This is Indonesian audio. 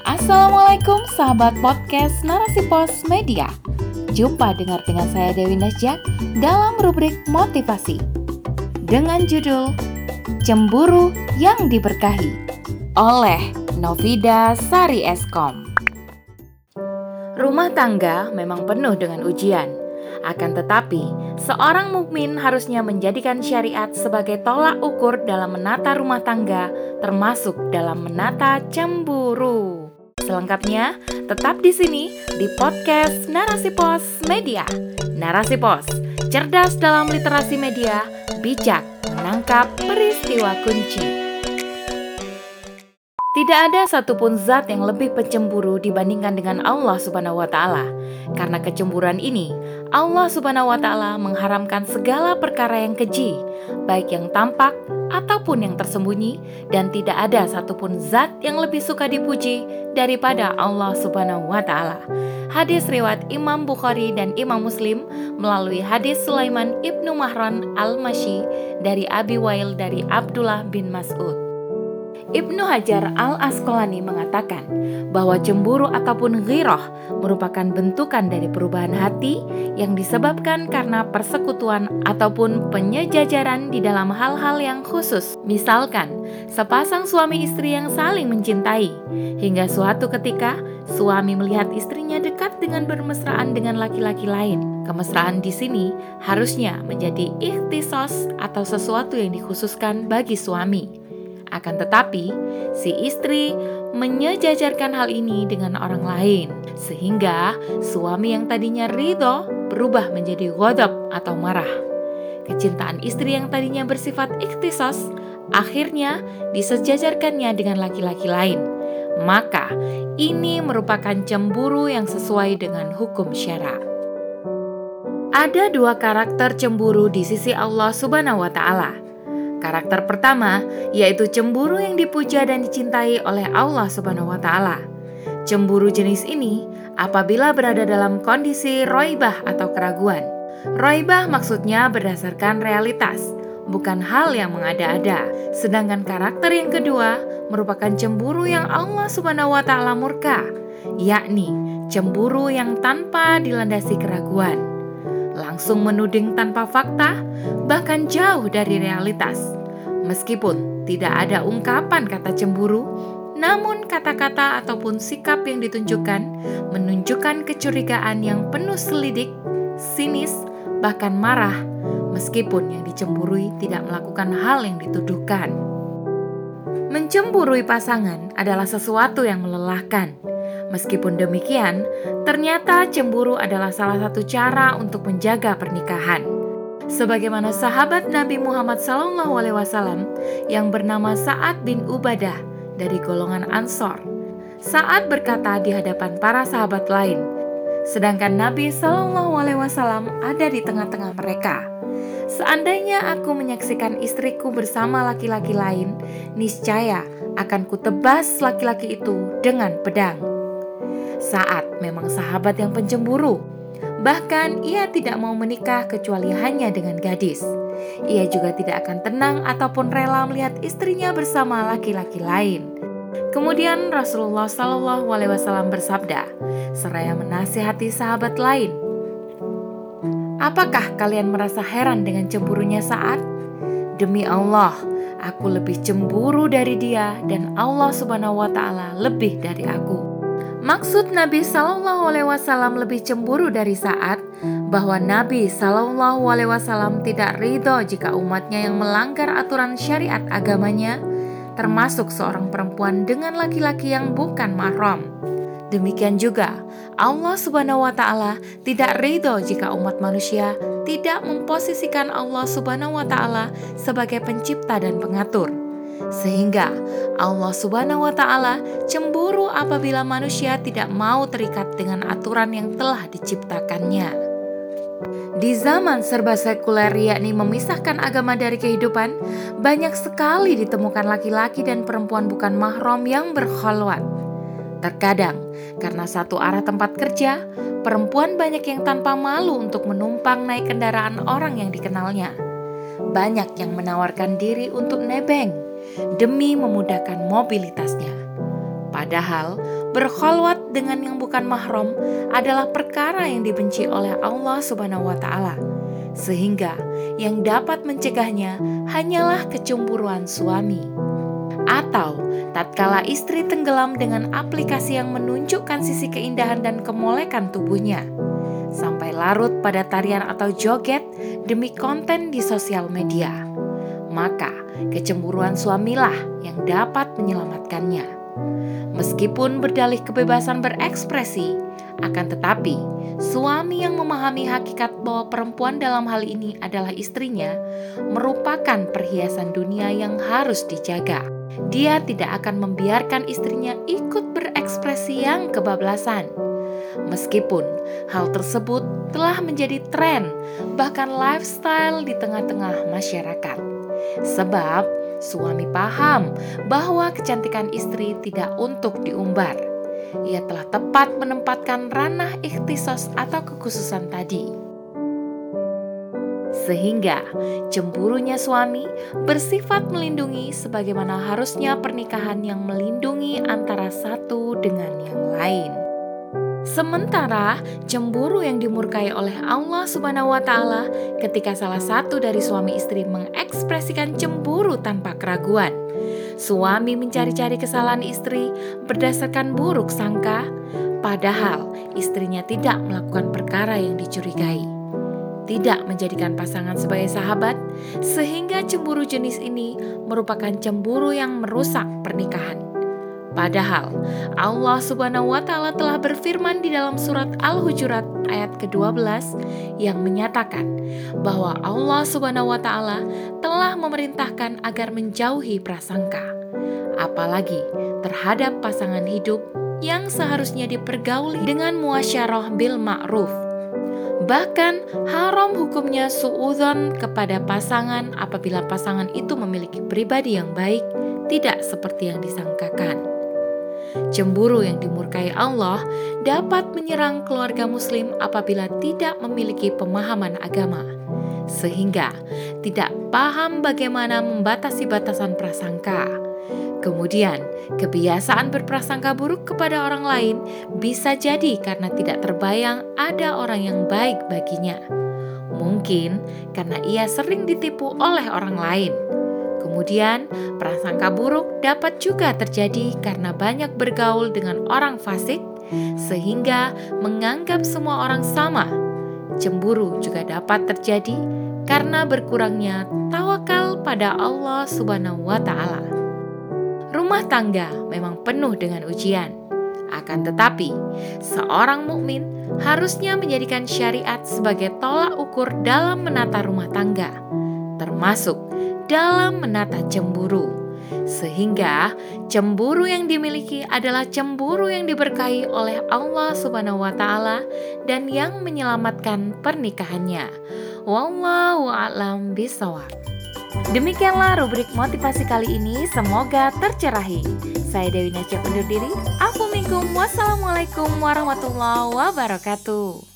Assalamualaikum sahabat podcast Narasi Pos Media. Jumpa dengar dengan saya Dewi Nasjak dalam rubrik motivasi dengan judul Cemburu yang Diberkahi oleh Novida Sari Eskom. Rumah tangga memang penuh dengan ujian. Akan tetapi, seorang mukmin harusnya menjadikan syariat sebagai tolak ukur dalam menata rumah tangga, termasuk dalam menata cemburu. Selengkapnya, tetap di sini di podcast Narasi Pos Media. Narasi Pos, cerdas dalam literasi media, bijak menangkap peristiwa kunci. Tidak ada satupun zat yang lebih pencemburu dibandingkan dengan Allah Subhanahu wa Ta'ala. Karena kecemburuan ini, Allah Subhanahu wa Ta'ala mengharamkan segala perkara yang keji, baik yang tampak ataupun yang tersembunyi, dan tidak ada satupun zat yang lebih suka dipuji daripada Allah Subhanahu wa Ta'ala. Hadis riwayat Imam Bukhari dan Imam Muslim melalui hadis Sulaiman ibnu Mahran al-Mashi dari Abi Wail dari Abdullah bin Mas'ud. Ibnu Hajar al-Asqalani mengatakan bahwa cemburu ataupun ghirah merupakan bentukan dari perubahan hati yang disebabkan karena persekutuan ataupun penyejajaran di dalam hal-hal yang khusus. Misalkan, sepasang suami istri yang saling mencintai, hingga suatu ketika suami melihat istrinya dekat dengan bermesraan dengan laki-laki lain. Kemesraan di sini harusnya menjadi ikhtisos atau sesuatu yang dikhususkan bagi suami. Akan tetapi, si istri menyejajarkan hal ini dengan orang lain, sehingga suami yang tadinya ridho berubah menjadi ghadab atau marah. Kecintaan istri yang tadinya bersifat ikhtisos, akhirnya disejajarkannya dengan laki-laki lain. Maka, ini merupakan cemburu yang sesuai dengan hukum syara. Ada dua karakter cemburu di sisi Allah Subhanahu wa Ta'ala. Karakter pertama yaitu cemburu yang dipuja dan dicintai oleh Allah Subhanahu wa Ta'ala. Cemburu jenis ini apabila berada dalam kondisi roibah atau keraguan. Roibah maksudnya berdasarkan realitas, bukan hal yang mengada-ada. Sedangkan karakter yang kedua merupakan cemburu yang Allah Subhanahu wa Ta'ala murka, yakni cemburu yang tanpa dilandasi keraguan. Langsung menuding tanpa fakta, bahkan jauh dari realitas. Meskipun tidak ada ungkapan kata cemburu, namun kata-kata ataupun sikap yang ditunjukkan menunjukkan kecurigaan yang penuh selidik, sinis, bahkan marah, meskipun yang dicemburui tidak melakukan hal yang dituduhkan. Mencemburui pasangan adalah sesuatu yang melelahkan. Meskipun demikian, ternyata cemburu adalah salah satu cara untuk menjaga pernikahan. Sebagaimana sahabat Nabi Muhammad SAW yang bernama Sa'ad bin Ubadah dari golongan Ansor. Sa'ad berkata di hadapan para sahabat lain, sedangkan Nabi SAW ada di tengah-tengah mereka. Seandainya aku menyaksikan istriku bersama laki-laki lain, niscaya akan kutebas laki-laki itu dengan pedang. Sa'ad memang sahabat yang pencemburu. Bahkan ia tidak mau menikah kecuali hanya dengan gadis. Ia juga tidak akan tenang ataupun rela melihat istrinya bersama laki-laki lain. Kemudian Rasulullah SAW bersabda, seraya menasihati sahabat lain, "Apakah kalian merasa heran dengan cemburunya Sa'ad? Demi Allah, aku lebih cemburu dari dia dan Allah Subhanahu wa Ta'ala lebih dari aku." Maksud Nabi SAW lebih cemburu dari Sa'ad bahwa Nabi SAW tidak ridho jika umatnya yang melanggar aturan syariat agamanya, termasuk seorang perempuan dengan laki-laki yang bukan mahram. Demikian juga Allah Subhanahu wa Ta'ala tidak ridho jika umat manusia tidak memposisikan Allah Subhanahu wa Ta'ala sebagai pencipta dan pengatur. Sehingga Allah Subhanahu wa Ta'ala cemburu apabila manusia tidak mau terikat dengan aturan yang telah diciptakannya. Di zaman serba sekuler, yakni memisahkan agama dari kehidupan, banyak sekali ditemukan laki-laki dan perempuan bukan mahram yang berkhalwat. Terkadang, karena satu arah tempat kerja, perempuan banyak yang tanpa malu untuk menumpang naik kendaraan orang yang dikenalnya. Banyak yang menawarkan diri untuk nebeng demi memudahkan mobilitasnya. Padahal berkholwat dengan yang bukan mahram adalah perkara yang dibenci oleh Allah Subhanahu wa Ta'ala, sehingga yang dapat mencegahnya hanyalah kecemburuan suami. Atau tatkala istri tenggelam dengan aplikasi yang menunjukkan sisi keindahan dan kemolekan tubuhnya, sampai larut pada tarian atau joget demi konten di sosial media, maka kecemburuan suamilah yang dapat menyelamatkannya. Meskipun berdalih kebebasan berekspresi, akan tetapi suami yang memahami hakikat bahwa perempuan dalam hal ini adalah istrinya merupakan perhiasan dunia yang harus dijaga. Dia tidak akan membiarkan istrinya ikut berekspresi yang kebablasan. Meskipun hal tersebut telah menjadi tren, bahkan lifestyle di tengah-tengah masyarakat. Sebab suami paham bahwa kecantikan istri tidak untuk diumbar. Ia telah tepat menempatkan ranah ikhtisas atau kekhususan tadi. Sehingga cemburunya suami bersifat melindungi sebagaimana harusnya pernikahan yang melindungi antara satu dengan yang lain. Sementara cemburu yang dimurkai oleh Allah Subhanahu wa Ta'ala ketika salah satu dari suami istri mengekspresikan cemburu tanpa keraguan. Suami mencari-cari kesalahan istri berdasarkan buruk sangka, padahal istrinya tidak melakukan perkara yang dicurigai. Tidak menjadikan pasangan sebagai sahabat, sehingga cemburu jenis ini merupakan cemburu yang merusak pernikahan. Padahal Allah Subhanahu wa Ta'ala telah berfirman di dalam surat Al-Hujurat ayat ke-12 yang menyatakan bahwa Allah Subhanahu wa Ta'ala telah memerintahkan agar menjauhi prasangka, apalagi terhadap pasangan hidup yang seharusnya dipergauli dengan muasyarah bil ma'ruf. Bahkan haram hukumnya suudzon kepada pasangan apabila pasangan itu memiliki pribadi yang baik, tidak seperti yang disangkakan. Cemburu yang dimurkai Allah dapat menyerang keluarga muslim apabila tidak memiliki pemahaman agama, sehingga tidak paham bagaimana membatasi batasan prasangka. Kemudian, kebiasaan berprasangka buruk kepada orang lain bisa jadi karena tidak terbayang ada orang yang baik baginya. Mungkin karena ia sering ditipu oleh orang lain. Kemudian, prasangka buruk dapat juga terjadi karena banyak bergaul dengan orang fasik, sehingga menganggap semua orang sama. Cemburu juga dapat terjadi karena berkurangnya tawakal pada Allah Subhanahu wa Ta'ala. Rumah tangga memang penuh dengan ujian. Akan tetapi, seorang mukmin harusnya menjadikan syariat sebagai tolak ukur dalam menata rumah tangga, termasuk dalam menata cemburu, sehingga cemburu yang dimiliki adalah cemburu yang diberkahi oleh Allah Subhanahu wa Ta'ala dan yang menyelamatkan pernikahannya. Wallahu a'lam bishawab. Demikianlah rubrik motivasi kali ini, semoga tercerahi. Saya Dewi Nasya undur diri. Afu minkum, wassalamualaikum warahmatullahi wabarakatuh.